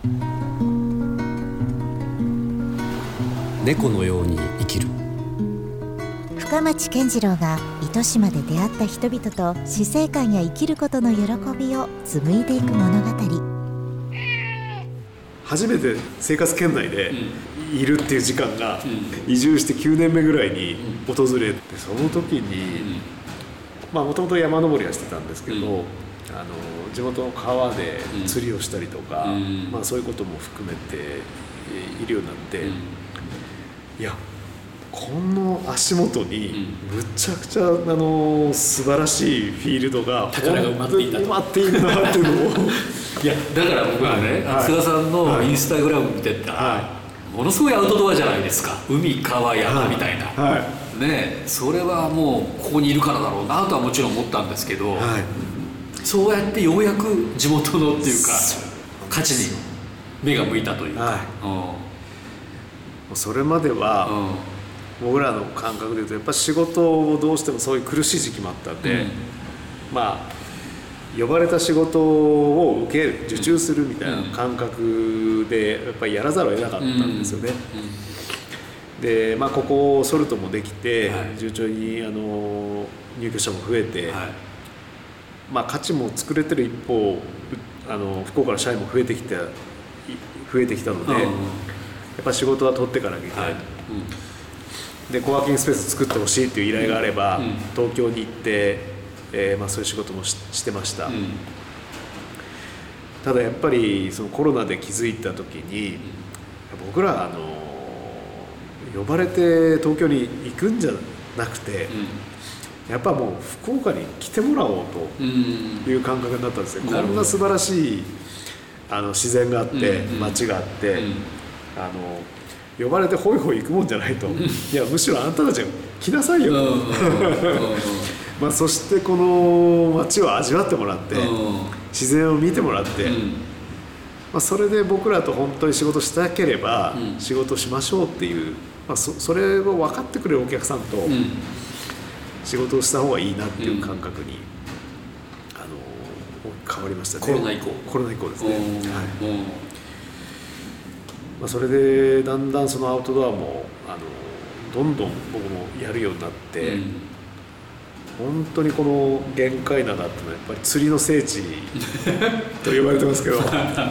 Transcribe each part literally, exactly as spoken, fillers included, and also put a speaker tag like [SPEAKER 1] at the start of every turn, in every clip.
[SPEAKER 1] 猫のように生きる。
[SPEAKER 2] 深町健次郎が糸島で出会った人々と死生観や生きることの喜びを紡いでいく物語。
[SPEAKER 3] 初めて生活圏内でいるっていう時間が移住してきゅうねんめぐらいに訪れて、その時にまあもともと山登りはしてたんですけど、あの地元の川で釣りをしたりとか、まあそういうことも含めているようになって、いやこの足元にむちゃくちゃあの素晴らしいフィールドが
[SPEAKER 4] 宝が埋まっていたと
[SPEAKER 3] 埋まっているなっていうのを
[SPEAKER 4] いやだから僕はね、はい、菅さんのインスタグラム見てたら、はい、ものすごいアウトドアじゃないですか。海川山みたいな、はいはい、ね、それはもうここにいるからだろうなとはもちろん思ったんですけど、はい、そうやってようやく地元のっていうか価値に目が向いたというか、はい、
[SPEAKER 3] うん、それまでは、うん、僕らの感覚でいうとやっぱり仕事をどうしてもそういう苦しい時期もあったんで、うん、まあ呼ばれた仕事を受ける受注するみたいな感覚でやっぱりやらざるを得なかったんですよね、うんうん、で、まあ、ここソルトもできて、はい、順調にあの入居者も増えて、はい、まあ、価値も作れてる一方、あの福岡の社員も増えてきて増えてきたので、うん、やっぱ仕事は取っていかなきゃいけない、はい、うん、でコワーキングスペース作ってほしいっていう依頼があれば、うん、東京に行って、えーまあ、そういう仕事も し, してました、うん、ただやっぱりそのコロナで気づいた時に、うん、僕らあの呼ばれて東京に行くんじゃなくて、うん、やっぱもう福岡に来てもらおうという感覚になったんですよ、うん、こんな素晴らしいあの自然があって、うん、街があって、うん、あの呼ばれてホイホイ行くもんじゃないと、うん、いやむしろあんたたちが来なさいよと、まあ、そしてこの街を味わってもらって、自然を見てもらって、うん、まあ、それで僕らと本当に仕事したければ仕事しましょうっていう、まあ、そ, それを分かってくれるお客さんと仕事をした方がいいなっていう感覚に、うん、あの変わりましたね。
[SPEAKER 4] コロナ以降
[SPEAKER 3] コロナ以降ですね、はい、まあ、それでだんだんそのアウトドアもあのどんどん僕もやるようになって、うん、本当にこの玄界灘っていうのはやっぱり釣りの聖地と呼ばれてますけど、うん、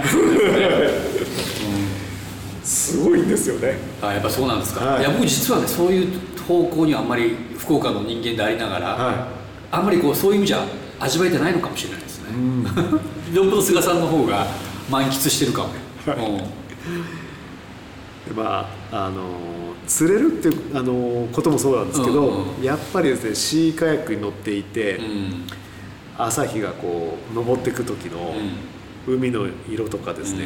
[SPEAKER 3] すごいんですよね。
[SPEAKER 4] あ、やっぱそうなんですか、はい、いや僕実はねそういう方向にはあんまり福岡の人間でありながら、はい、あんまりこうそういう意味じゃ味わえてないのかもしれないですね、うん、よっぽど菅さんの方が満喫してるかもね、はい、
[SPEAKER 3] でまああの釣れるっていうあのこともそうなんですけど、うんうん、やっぱりですねシーカヤックに乗っていて、うん、朝日がこう昇っていく時の海の色とかですね、うん、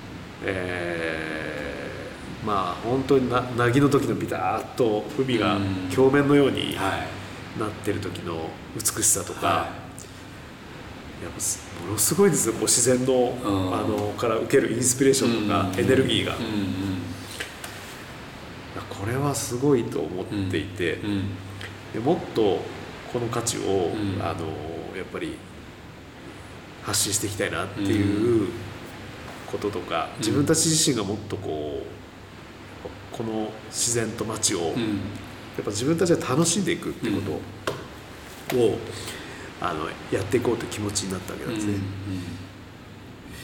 [SPEAKER 3] えー、まあ本当にな凪の時のビターッと海が鏡面のようになってる時の美しさとか、はい、やっぱものすごいですよ、こう自然の、うん、あのから受けるインスピレーションとか、うん、エネルギーが、うんうん、これはすごいと思っていて、うんうん、でもっとこの価値を、うん、あのやっぱり発信していきたいなっていうこととか、うん、自分たち自身がもっとこうこの自然と街を、うん、やっぱ自分たちが楽しんでいくっていうことを、うん、あのやっていこうという気持ちになったわけなんですね、うんうん、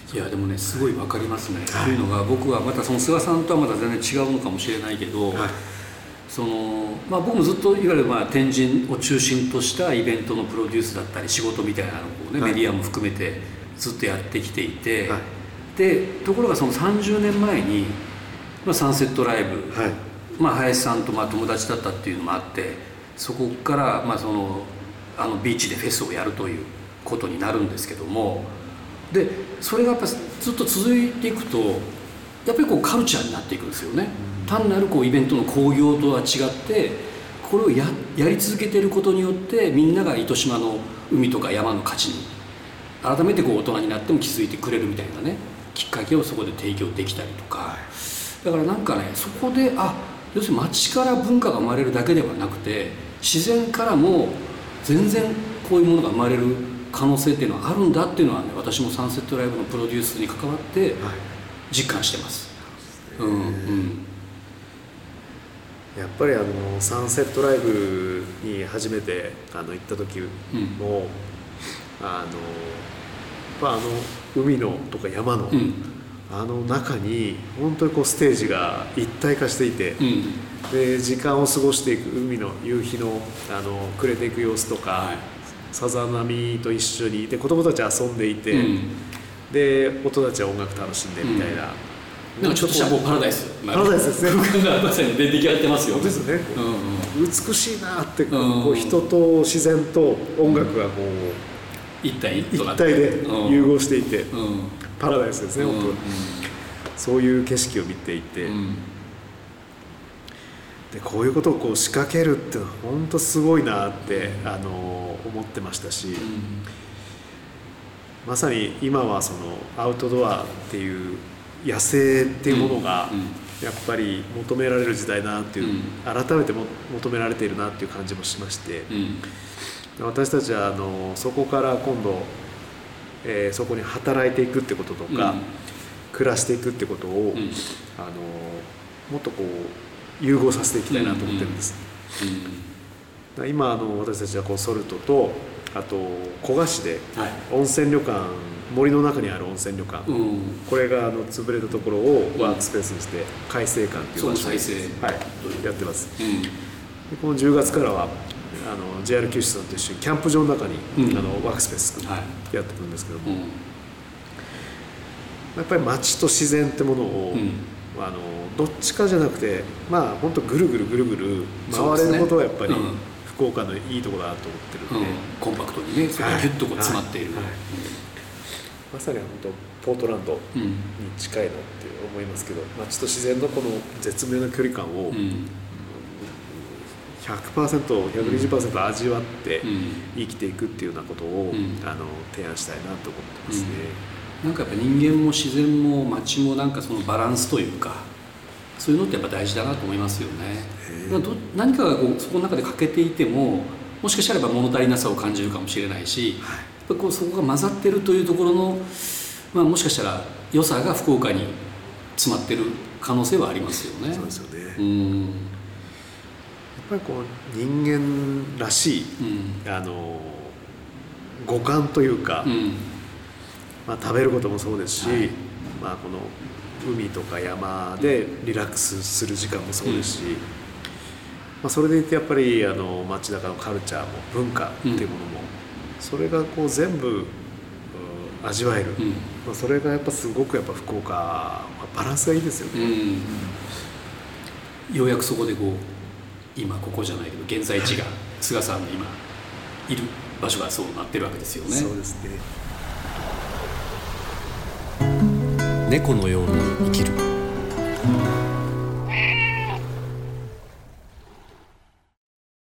[SPEAKER 4] いやでもねすごい分かりますね、はい、というのが僕はまたその菅さんとはまた全然違うのかもしれないけど、はい、そのまあ、僕もずっといわゆるまあ天神を中心としたイベントのプロデュースだったり仕事みたいなのを、ね、はい、メディアも含めてずっとやってきていて、はい、でところがそのさんじゅうねんまえに、まあ、サンセットライブ、はい、まあ、林さんとまあ友達だったっていうのもあってそこからまあそのあのビーチでフェスをやるということになるんですけども、でそれがやっぱずっと続いていくとやっぱりこうカルチャーになっていくんですよね、うん、単なるこうイベントの興行とは違ってこれを や, やり続けていることによってみんなが糸島の海とか山の価値に改めてこう大人になっても気づいてくれるみたいなねきっかけをそこで提供できたりとか、だからなんかねそこであ要するに街から文化が生まれるだけではなくて自然からも全然こういうものが生まれる可能性っていうのはあるんだっていうのはね、私もサンセットライブのプロデュースに関わって実感してます。うんうん、
[SPEAKER 3] やっぱりあのサンセットライブに初めてあの行った時も、うん、あのまあ、あの海のとか山の、うん、あの中に本当にこうステージが一体化していて、うん、で時間を過ごしていく海の夕日の、あの暮れていく様子とか、はい、さざ波と一緒にで子供たち遊んでいて、うん、で大人たちは音楽楽しんでみたいな、
[SPEAKER 4] うん、なんかちょっとしたもうパラダイス、
[SPEAKER 3] パラダイスですね。
[SPEAKER 4] 空間がまさに出来上がってますよ。
[SPEAKER 3] ですね、うんうん、美しいなってこう、こう人と自然と音楽がこう、うん
[SPEAKER 4] 一体
[SPEAKER 3] 一体で融合していて、うん、パラダイスですね、うん、本当、うん、そういう景色を見ていて、うん、でこういうことをこう仕掛けるって本当すごいなって、あの思ってましたし、うん、まさに今はそのアウトドアっていう野生っていうものがやっぱり求められる時代だなっていう、うん、改めても求められているなっていう感じもしまして、うん、私たちはあのそこから今度、えー、そこに働いていくってこととか、うん、暮らしていくってことを、うん、あのもっとこう融合させていきたいなと思ってるんです、うんうん、今あの私たちはこうソルトとあと古河市で温泉旅館、はい、森の中にある温泉旅館、うん、これがあの潰れたところをワークスペースにして海星館っていう場所で、はい、やってます、うん、でこのじゅうがつからはあの ジェイアール 九州さんと一緒にキャンプ場の中に、うん、あのワークスペース作ってやっていくんですけども、はい、やっぱり街と自然ってものを、うん、あのどっちかじゃなくてまあ本当ぐるぐるぐるぐる回れることはやっぱり、ね、うん、福岡のいいところだなと思ってるんで、うん、
[SPEAKER 4] コンパクトにねそれがギュッとこう詰まっている、はいはいはい、
[SPEAKER 3] まさに本当ポートランドに近いなって思いますけど、街と自然のこの絶妙な距離感を、うん、ひゃくパーセント、ひゃくにじゅっパーセント 味わって生きていくっていうようなことを、うん、あの提案したいなと思ってますね、
[SPEAKER 4] うん、なんかやっぱ人間も自然も街もなんかそのバランスというかそういうのってやっぱ大事だなと思いますよね。何かがこうそこの中で欠けていてももしかしたら物足りなさを感じるかもしれないし、はい、やっぱこうそこが混ざってるというところの、まあ、もしかしたら良さが福岡に詰まってる可能性はありますよね。
[SPEAKER 3] そうですよね。うん、やっぱりこう人間らしい、うん、あの五感というか、うん、まあ、食べることもそうですし、はい、まあ、この海とか山でリラックスする時間もそうですし、うん、まあ、それでいてやっぱりあの街中のカルチャーも文化っていうものも、うん、それがこう全部味わえる、うん、まあ、それがやっぱすごくやっぱ福岡はバランスがいいですよね、
[SPEAKER 4] うん、ようやくそこでこう今ここじゃないけど現在地が菅さんの今いる場所がそうなってるわけですよね。
[SPEAKER 3] そうですね。
[SPEAKER 1] 猫のように生きる。